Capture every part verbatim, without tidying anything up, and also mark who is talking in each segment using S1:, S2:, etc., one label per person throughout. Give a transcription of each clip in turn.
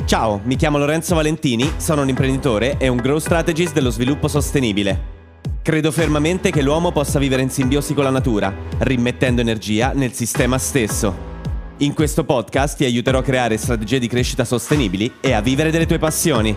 S1: Ciao, mi chiamo Lorenzo Valentini, sono un imprenditore e un growth strategist dello sviluppo sostenibile. Credo fermamente che l'uomo possa vivere in simbiosi con la natura, rimettendo energia nel sistema stesso. In questo podcast ti aiuterò a creare strategie di crescita sostenibili e a vivere delle tue passioni.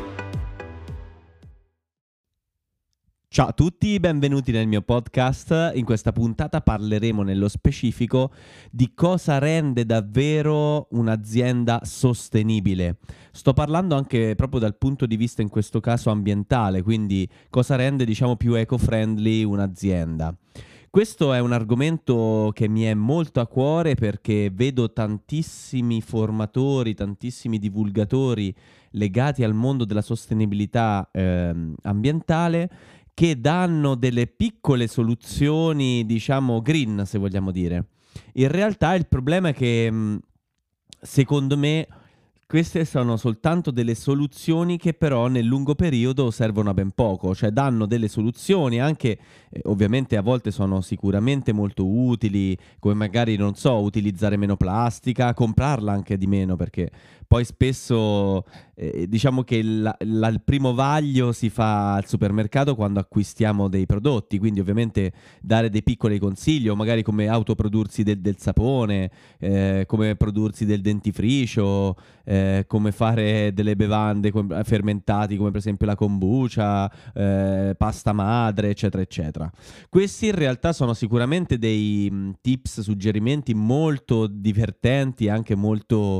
S1: Ciao a tutti, benvenuti nel mio podcast. In questa puntata parleremo nello specifico di cosa rende davvero un'azienda sostenibile. Sto parlando anche proprio dal punto di vista in questo caso ambientale, quindi cosa rende diciamo più eco-friendly un'azienda. Questo è un argomento che mi è molto a cuore perché vedo tantissimi formatori, tantissimi divulgatori legati al mondo della sostenibilità eh, ambientale che danno delle piccole soluzioni, diciamo green, se vogliamo dire. In realtà il problema è che, mh, secondo me, queste sono soltanto delle soluzioni che però nel lungo periodo servono a ben poco, cioè danno delle soluzioni anche, eh, ovviamente a volte sono sicuramente molto utili, come magari, non so, utilizzare meno plastica, comprarla anche di meno, perché poi spesso eh, diciamo che la- la- il primo vaglio si fa al supermercato quando acquistiamo dei prodotti, quindi ovviamente dare dei piccoli consigli, o magari come autoprodursi del, del sapone, eh, come prodursi del dentifricio, eh, come fare delle bevande com- fermentati come per esempio la kombucha, eh, pasta madre, eccetera, eccetera. Questi in realtà sono sicuramente dei mh, tips, suggerimenti molto divertenti e anche molto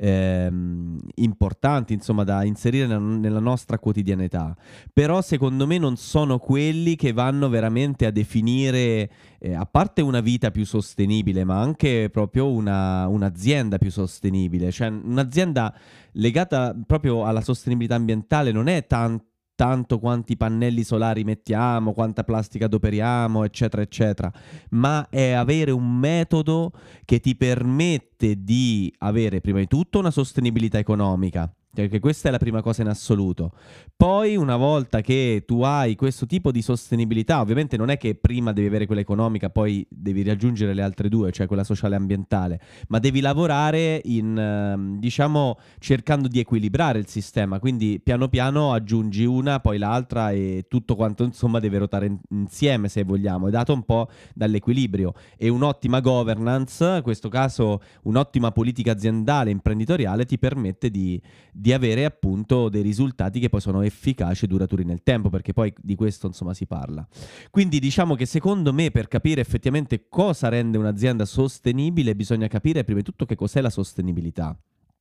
S1: ehm, importanti, insomma, da inserire nella, nella nostra quotidianità. Però secondo me non sono quelli che vanno veramente a definire, eh, a parte una vita più sostenibile, ma anche proprio una, un'azienda più sostenibile. Cioè un'azienda legata proprio alla sostenibilità ambientale non è tan- tanto quanti pannelli solari mettiamo, quanta plastica adoperiamo, eccetera, eccetera, ma è avere un metodo che ti permette di avere prima di tutto una sostenibilità economica, perché questa è la prima cosa in assoluto. Poi, una volta che tu hai questo tipo di sostenibilità, ovviamente non è che prima devi avere quella economica, poi devi raggiungere le altre due, cioè quella sociale e ambientale, ma devi lavorare in, ehm, diciamo, cercando di equilibrare il sistema, quindi piano piano aggiungi una, poi l'altra e tutto quanto insomma deve ruotare in- insieme, se vogliamo, è dato un po' dall'equilibrio. E un'ottima governance, in questo caso un'ottima politica aziendale, imprenditoriale, ti permette di di avere appunto dei risultati che poi sono efficaci e duraturi nel tempo, perché poi di questo insomma si parla. Quindi diciamo che secondo me, per capire effettivamente cosa rende un'azienda sostenibile, bisogna capire prima di tutto che cos'è la sostenibilità.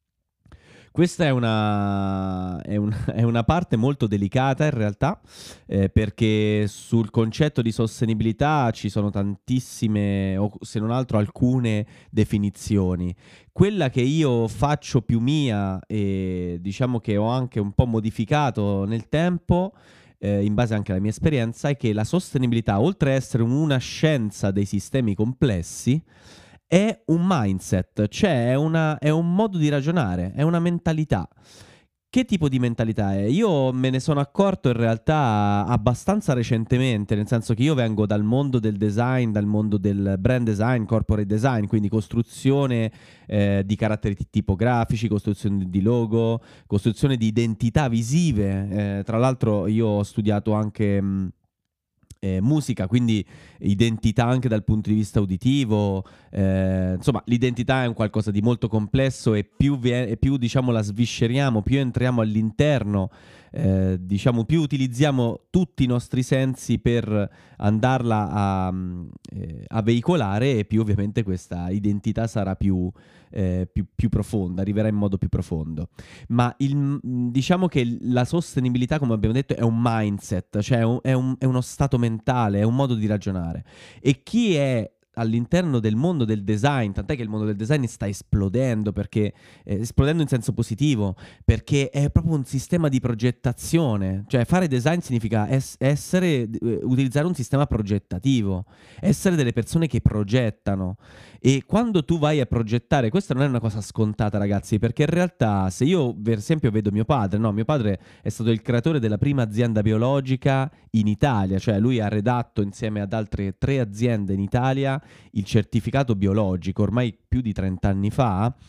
S1: Questa è una, è un- è una parte molto delicata in realtà, eh, perché sul concetto di sostenibilità ci sono tantissime, o se non altro alcune definizioni. Quella che io faccio più mia e diciamo che ho anche un po' modificato nel tempo, eh, in base anche alla mia esperienza, è che la sostenibilità, oltre a essere una scienza dei sistemi complessi, è un mindset, cioè è, una- è un modo di ragionare, è una mentalità. Che tipo di mentalità è? Io me ne sono accorto in realtà abbastanza recentemente, nel senso che io vengo dal mondo del design, dal mondo del brand design, corporate design, quindi costruzione eh, di caratteri ti- tipografici, costruzione di logo, costruzione di identità visive. Eh, tra l'altro io ho studiato anche mh, eh, musica, quindi identità anche dal punto di vista uditivo, eh, insomma l'identità è un qualcosa di molto complesso e più, vie- e più diciamo la svisceriamo, più entriamo all'interno, eh, diciamo più utilizziamo tutti i nostri sensi per andarla a, mm, eh, a veicolare, e più ovviamente questa identità sarà più, eh, più, più profonda, arriverà in modo più profondo. Ma il, mh, diciamo che la sostenibilità, come abbiamo detto, è un mindset, cioè è, un- è un- è uno stato mentale, è un modo di ragionare. E chi è all'interno del mondo del design, tant'è che il mondo del design sta esplodendo, perché eh, esplodendo in senso positivo, perché è proprio un sistema di progettazione. Cioè fare design significa es- essere, eh, utilizzare un sistema progettativo, essere delle persone che progettano. E quando tu vai a progettare, questa non è una cosa scontata, ragazzi, perché in realtà se io per esempio vedo mio padre, no, mio padre è stato il creatore della prima azienda biologica in Italia, cioè lui ha redatto insieme ad altre tre aziende in Italia il certificato biologico ormai più di trenta anni fa.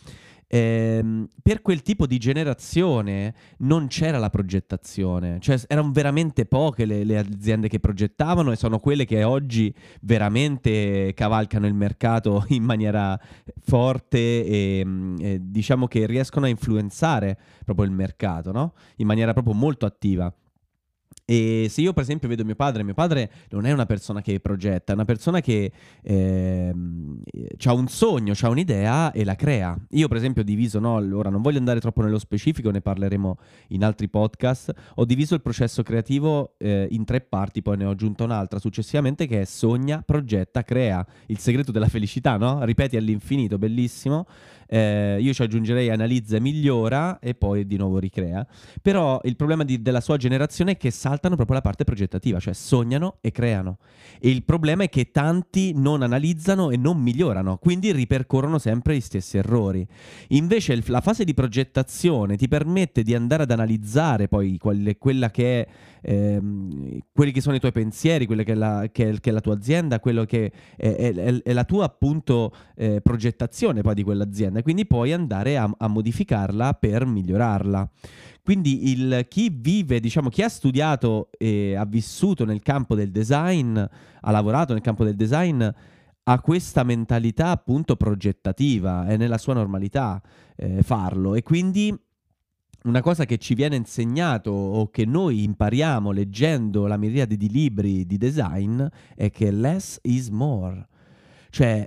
S1: ehm, per quel tipo di generazione non c'era la progettazione, cioè s- erano veramente poche le, le aziende che progettavano e sono quelle che oggi veramente cavalcano il mercato in maniera forte e, mm, e diciamo che riescono a influenzare proprio il mercato, no? In maniera proprio molto attiva. E se io per esempio vedo mio padre, mio padre non è una persona che progetta, è una persona che ehm, ha un sogno, ha un'idea e la crea. Io per esempio ho diviso, no, ora non voglio andare troppo nello specifico, ne parleremo in altri podcast, ho diviso il processo creativo eh, in tre parti, poi ne ho aggiunta un'altra successivamente che è sogna, progetta, crea. Il segreto della felicità, no? Ripeti all'infinito, bellissimo. Eh, io ci aggiungerei analizza, migliora e poi di nuovo ricrea. Però il problema di- della sua generazione è che saltano proprio la parte progettativa, cioè sognano e creano. E il problema è che tanti non analizzano e non migliorano, quindi ripercorrono sempre gli stessi errori. Invece il- la fase di progettazione ti permette di andare ad analizzare poi quelle- quella che è, ehm, quelli che sono i tuoi pensieri, quella che è la, che è- che è la tua azienda, quello che è, è- è- è la tua appunto eh, progettazione poi di quell'azienda e quindi puoi andare a, a modificarla per migliorarla. Quindi il, chi vive, diciamo, chi ha studiato e ha vissuto nel campo del design, ha lavorato nel campo del design, ha questa mentalità appunto progettativa, è nella sua normalità eh, farlo e quindi una cosa che ci viene insegnato o che noi impariamo leggendo la miriade di libri di design è che less is more. Cioè,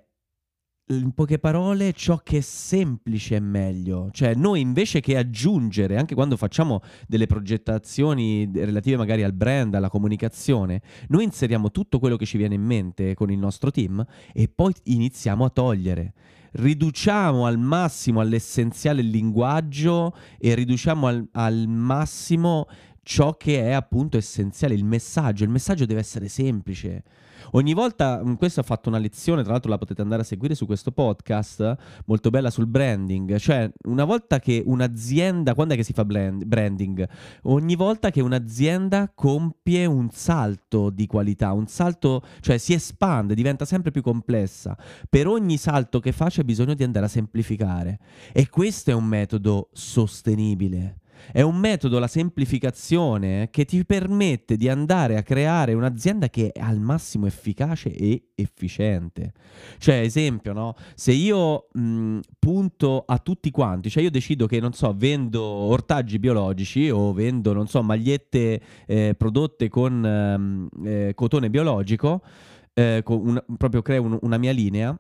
S1: in poche parole, ciò che è semplice è meglio. Cioè, noi invece che aggiungere, anche quando facciamo delle progettazioni relative magari al brand, alla comunicazione, noi inseriamo tutto quello che ci viene in mente con il nostro team e poi iniziamo a togliere. Riduciamo al massimo, all'essenziale il linguaggio e riduciamo al, al massimo ciò che è appunto essenziale, il messaggio. Il messaggio deve essere semplice. Ogni volta, mh, questo ha fatto una lezione, tra l'altro la potete andare a seguire su questo podcast, molto bella sul branding, cioè una volta che un'azienda, quando è che si fa blend- branding? Ogni volta che un'azienda compie un salto di qualità, un salto, cioè si espande, diventa sempre più complessa. Per ogni salto che fa c'è bisogno di andare a semplificare e questo è un metodo sostenibile. È un metodo, la semplificazione, che ti permette di andare a creare un'azienda che è al massimo efficace e efficiente. Cioè, esempio, no? Se io mh, punto a tutti quanti, cioè io decido che, non so, vendo ortaggi biologici o vendo, non so, magliette eh, prodotte con ehm, eh, cotone biologico, eh, con un- proprio creo un- una mia linea.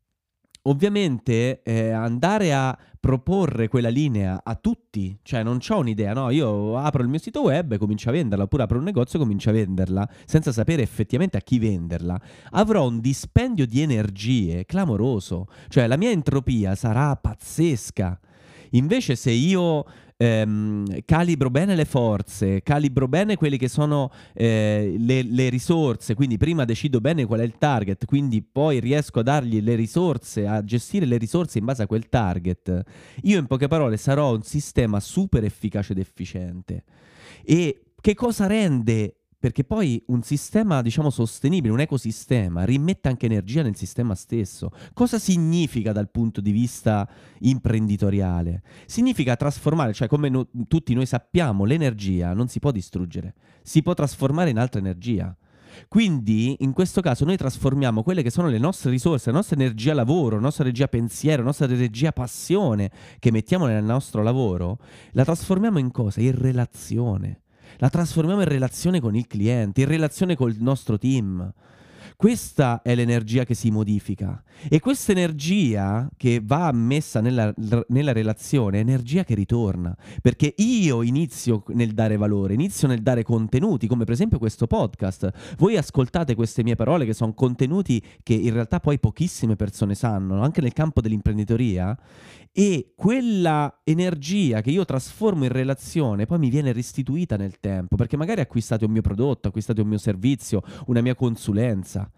S1: Ovviamente eh, andare a proporre quella linea a tutti, cioè non c'ho un'idea, no? Io apro il mio sito web e comincio a venderla, oppure apro un negozio e comincio a venderla, senza sapere effettivamente a chi venderla. Avrò un dispendio di energie clamoroso, cioè la mia entropia sarà pazzesca. Invece se io ehm, calibro bene le forze, calibro bene quelle che sono eh, le, le risorse, quindi prima decido bene qual è il target, quindi poi riesco a dargli le risorse, a gestire le risorse in base a quel target, io in poche parole sarò un sistema super efficace ed efficiente. E che cosa rende? Perché poi un sistema, diciamo, sostenibile, un ecosistema, rimette anche energia nel sistema stesso. Cosa significa dal punto di vista imprenditoriale? Significa trasformare, cioè come no- tutti noi sappiamo, l'energia non si può distruggere, si può trasformare in altra energia. Quindi, in questo caso, noi trasformiamo quelle che sono le nostre risorse, la nostra energia lavoro, la nostra energia pensiero, la nostra energia passione che mettiamo nel nostro lavoro, la trasformiamo in cosa? In relazione. La trasformiamo in relazione con il cliente, in relazione col nostro team. Questa è l'energia che si modifica e questa energia che va messa nella, nella relazione è energia che ritorna, perché io inizio nel dare valore, inizio nel dare contenuti, come per esempio questo podcast. Voi ascoltate queste mie parole che sono contenuti che in realtà poi pochissime persone sanno, anche nel campo dell'imprenditoria, e quella energia che io trasformo in relazione poi mi viene restituita nel tempo, perché magari acquistate un mio prodotto, acquistate un mio servizio, una mia consulenza.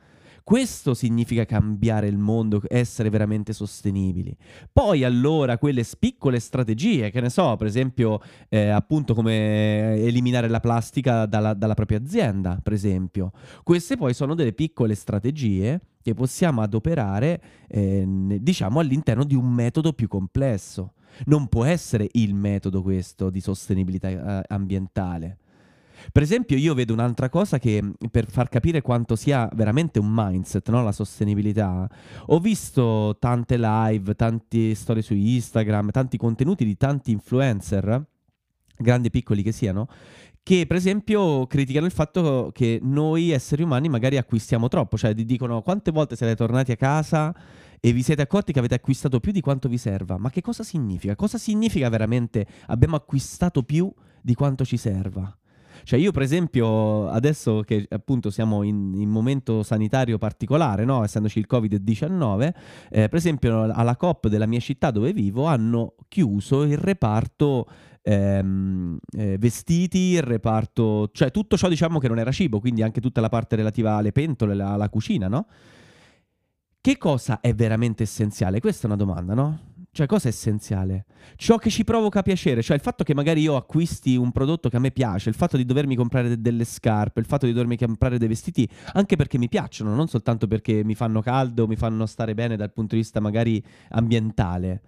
S1: Questo significa cambiare il mondo, essere veramente sostenibili. Poi allora quelle piccole strategie, che ne so, per esempio eh, appunto come eliminare la plastica dalla, dalla propria azienda, per esempio. Queste poi sono delle piccole strategie che possiamo adoperare, eh, diciamo, all'interno di un metodo più complesso. Non può essere il metodo questo di sostenibilità eh, ambientale. Per esempio, io vedo un'altra cosa che, per far capire quanto sia veramente un mindset, no? La sostenibilità, ho visto tante live, tante storie su Instagram, tanti contenuti di tanti influencer, grandi e piccoli che siano, che per esempio criticano il fatto che noi esseri umani magari acquistiamo troppo, cioè ti dicono quante volte siete tornati a casa e vi siete accorti che avete acquistato più di quanto vi serva. Ma che cosa significa? Cosa significa veramente abbiamo acquistato più di quanto ci serva? Cioè io per esempio adesso che appunto siamo in, in momento sanitario particolare, no? Essendoci il covid diciannove, eh, per esempio alla Coop della mia città dove vivo hanno chiuso il reparto ehm, eh, vestiti, il reparto, cioè tutto ciò diciamo che non era cibo, quindi anche tutta la parte relativa alle pentole, alla, alla cucina, no? Che cosa è veramente essenziale? Questa è una domanda, no? Cioè, cosa è essenziale? Ciò che ci provoca piacere, cioè il fatto che magari io acquisti un prodotto che a me piace, il fatto di dovermi comprare de- delle scarpe, il fatto di dovermi comprare dei vestiti, anche perché mi piacciono, non soltanto perché mi fanno caldo, mi fanno stare bene dal punto di vista magari ambientale.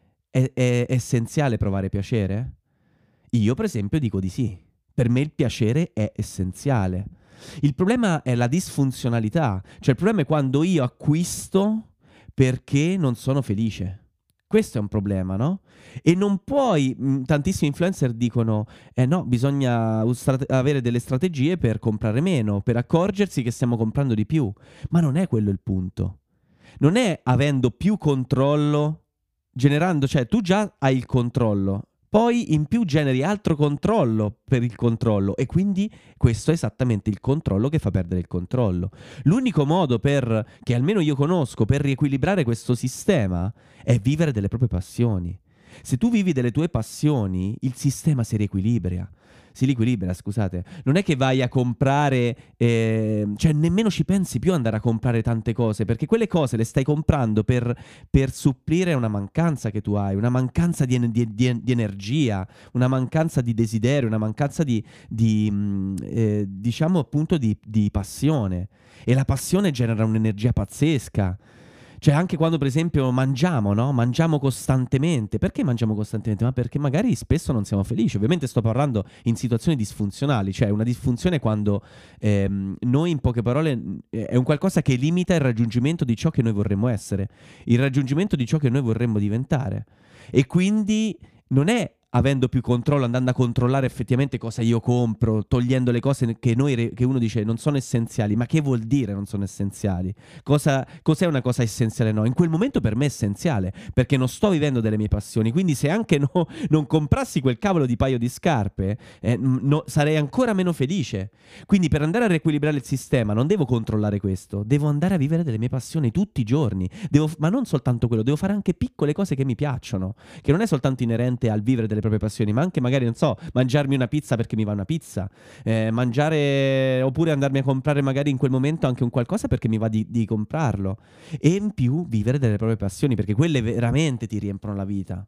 S1: È, è essenziale provare piacere? Io, per esempio, dico di sì. Per me il piacere è essenziale. Il problema è la disfunzionalità, cioè il problema è quando io acquisto perché non sono felice. Questo è un problema, no? E non puoi, mh, tantissimi influencer dicono, eh no, bisogna ustra- avere delle strategie per comprare meno, per accorgersi che stiamo comprando di più. Ma non è quello il punto. Non è avendo più controllo, generando, cioè tu già hai il controllo, poi in più generi altro controllo per il controllo e quindi questo è esattamente il controllo che fa perdere il controllo. L'unico modo per, che almeno io conosco, per riequilibrare questo sistema è vivere delle proprie passioni. Se tu vivi delle tue passioni, il sistema si riequilibra. Si riequilibra, scusate. Non è che vai a comprare, eh, cioè nemmeno ci pensi più ad andare a comprare tante cose, perché quelle cose le stai comprando per, per supplire a una mancanza che tu hai, una mancanza di, en- di- di- di energia, una mancanza di desiderio, una mancanza di, di, mh, eh, diciamo appunto di, di passione. E la passione genera un'energia pazzesca. Cioè anche quando per esempio mangiamo, no? Mangiamo costantemente. Perché mangiamo costantemente? Ma perché magari spesso non siamo felici. Ovviamente sto parlando in situazioni disfunzionali, cioè una disfunzione quando ehm, noi in poche parole eh, è un qualcosa che limita il raggiungimento di ciò che noi vorremmo essere, il raggiungimento di ciò che noi vorremmo diventare. E quindi non è avendo più controllo, andando a controllare effettivamente cosa io compro, togliendo le cose che, noi, re- che uno dice non sono essenziali, ma che vuol dire non sono essenziali? Cosa, cos'è una cosa essenziale? No, in quel momento per me è essenziale, perché non sto vivendo delle mie passioni, quindi se anche no, non comprassi quel cavolo di paio di scarpe, eh, no, sarei ancora meno felice. Quindi per andare a riequilibrare il sistema non devo controllare questo, devo andare a vivere delle mie passioni tutti i giorni, devo, ma non soltanto quello, devo fare anche piccole cose che mi piacciono, che non è soltanto inerente al vivere delle proprie passioni, ma anche magari, non so, mangiarmi una pizza perché mi va una pizza, eh, mangiare oppure andarmi a comprare magari in quel momento anche un qualcosa perché mi va di, di comprarlo. E in più vivere delle proprie passioni, perché quelle veramente ti riempiono la vita.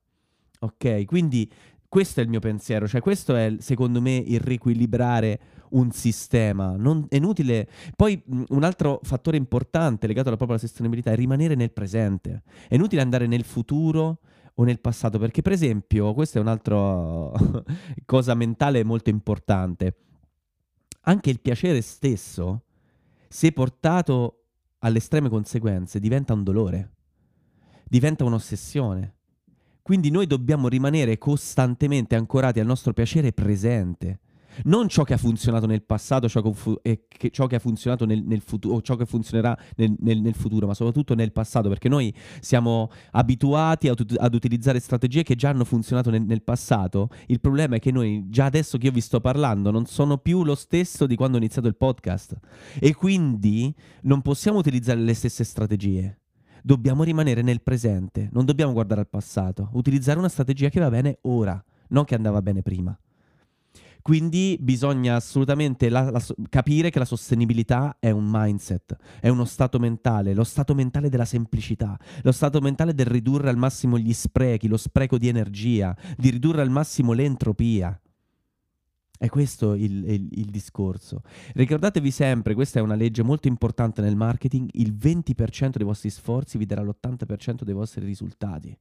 S1: Ok? Quindi questo è il mio pensiero, cioè questo è secondo me il riequilibrare un sistema. Non, è inutile. Poi mh, un altro fattore importante legato alla propria sostenibilità è rimanere nel presente. È inutile andare nel futuro o nel passato, perché per esempio, questa è un'altra cosa mentale molto importante. Anche il piacere stesso, se portato alle estreme conseguenze, diventa un dolore, diventa un'ossessione. Quindi noi dobbiamo rimanere costantemente ancorati al nostro piacere presente. Non ciò che ha funzionato nel passato, ciò che, fu- e che- ciò che ha funzionato nel, nel futuro, o ciò che funzionerà nel, nel- nel futuro, ma soprattutto nel passato, perché noi siamo abituati ad, ut- ad utilizzare strategie che già hanno funzionato nel, nel passato. Il problema è che noi, già adesso che io vi sto parlando, non sono più lo stesso di quando ho iniziato il podcast. E quindi non possiamo utilizzare le stesse strategie. Dobbiamo rimanere nel presente, non dobbiamo guardare al passato, utilizzare una strategia che va bene ora, non che andava bene prima. Quindi bisogna assolutamente la- la so- capire che la sostenibilità è un mindset, è uno stato mentale, lo stato mentale della semplicità, lo stato mentale del ridurre al massimo gli sprechi, lo spreco di energia, di ridurre al massimo l'entropia. È questo il, il- il discorso. Ricordatevi sempre, questa è una legge molto importante nel marketing, il venti per cento dei vostri sforzi vi darà l'ottanta per cento dei vostri risultati.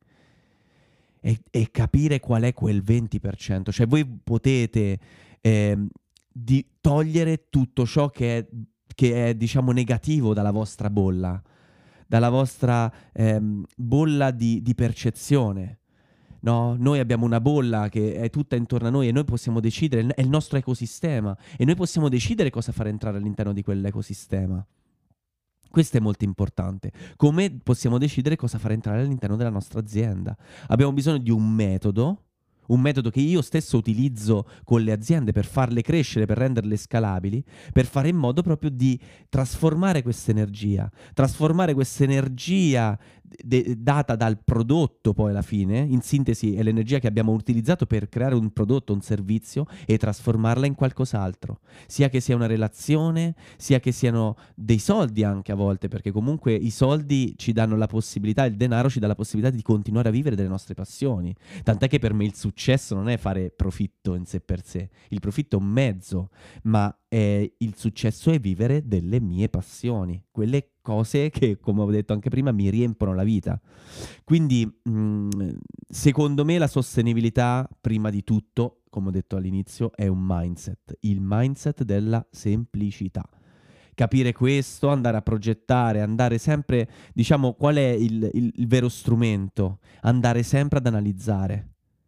S1: E, e capire qual è quel venti per cento. Cioè voi potete ehm, di togliere tutto ciò che è, che è, diciamo, negativo dalla vostra bolla, dalla vostra ehm, bolla di, di percezione. No, noi abbiamo una bolla che è tutta intorno a noi e noi possiamo decidere, è il nostro ecosistema e noi possiamo decidere cosa fare entrare all'interno di quell'ecosistema. Questo è molto importante. Come possiamo decidere cosa fare entrare all'interno della nostra azienda? Abbiamo bisogno di un metodo, un metodo che io stesso utilizzo con le aziende per farle crescere, per renderle scalabili, per fare in modo proprio di trasformare questa energia, trasformare questa energia de- data dal prodotto poi alla fine, in sintesi è l'energia che abbiamo utilizzato per creare un prodotto, un servizio e trasformarla in qualcos'altro, sia che sia una relazione, sia che siano dei soldi anche a volte, perché comunque i soldi ci danno la possibilità, il denaro ci dà la possibilità di continuare a vivere delle nostre passioni. Tant'è che per me il successo non è fare profitto in sé per sé, il profitto è un mezzo, ma eh, il successo è vivere delle mie passioni, quelle cose che, come ho detto anche prima, mi riempono la vita. Quindi, mh, secondo me, la sostenibilità, prima di tutto, come ho detto all'inizio, è un mindset, il mindset della semplicità. Capire questo, andare a progettare, andare sempre, diciamo, qual è il, il- il vero strumento? Andare sempre ad analizzare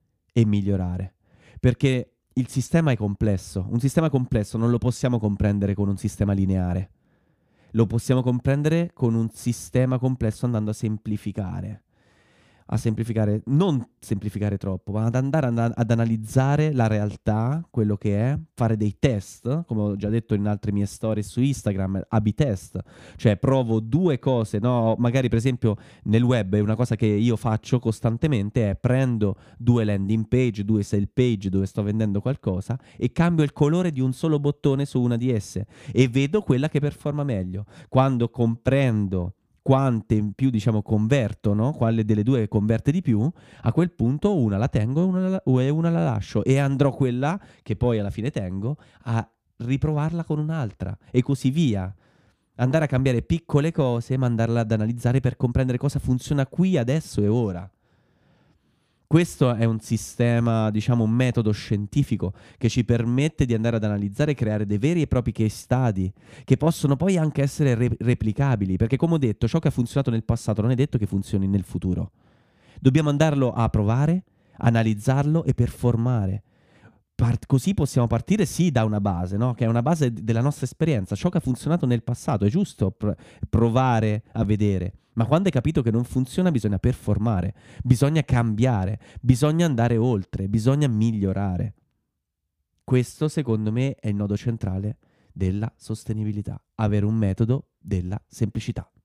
S1: e migliorare. Perché il sistema è complesso. Un sistema complesso non lo possiamo comprendere con un sistema lineare. Lo possiamo comprendere con un sistema complesso andando a semplificare. A semplificare, non semplificare troppo, ma ad andare ad, ad analizzare la realtà, quello che è, fare dei test, come ho già detto in altre mie storie su Instagram, A B test, cioè provo due cose, no? Magari per esempio nel web è una cosa che io faccio costantemente, è prendo due landing page, due sale page dove sto vendendo qualcosa e cambio il colore di un solo bottone su una di esse e vedo quella che performa meglio. Quando comprendo quante in più, diciamo, converto, no? Quale delle due converte di più, a quel punto una la tengo e una la, e una la lascio e andrò quella che poi alla fine tengo a riprovarla con un'altra e così via. Andare a cambiare piccole cose, ma andarla ad analizzare per comprendere cosa funziona qui, adesso e ora. Questo è un sistema, diciamo, un metodo scientifico che ci permette di andare ad analizzare e creare dei veri e propri case study che possono poi anche essere re- replicabili, perché come ho detto, ciò che ha funzionato nel passato non è detto che funzioni nel futuro. Dobbiamo andarlo a provare, analizzarlo e performare. Part- così possiamo partire sì da una base, no? Che è una base d- della nostra esperienza, ciò che ha funzionato nel passato, è giusto pr- provare a vedere, ma quando hai capito che non funziona bisogna performare, bisogna cambiare, bisogna andare oltre, bisogna migliorare. Questo secondo me è il nodo centrale della sostenibilità, avere un metodo della semplicità.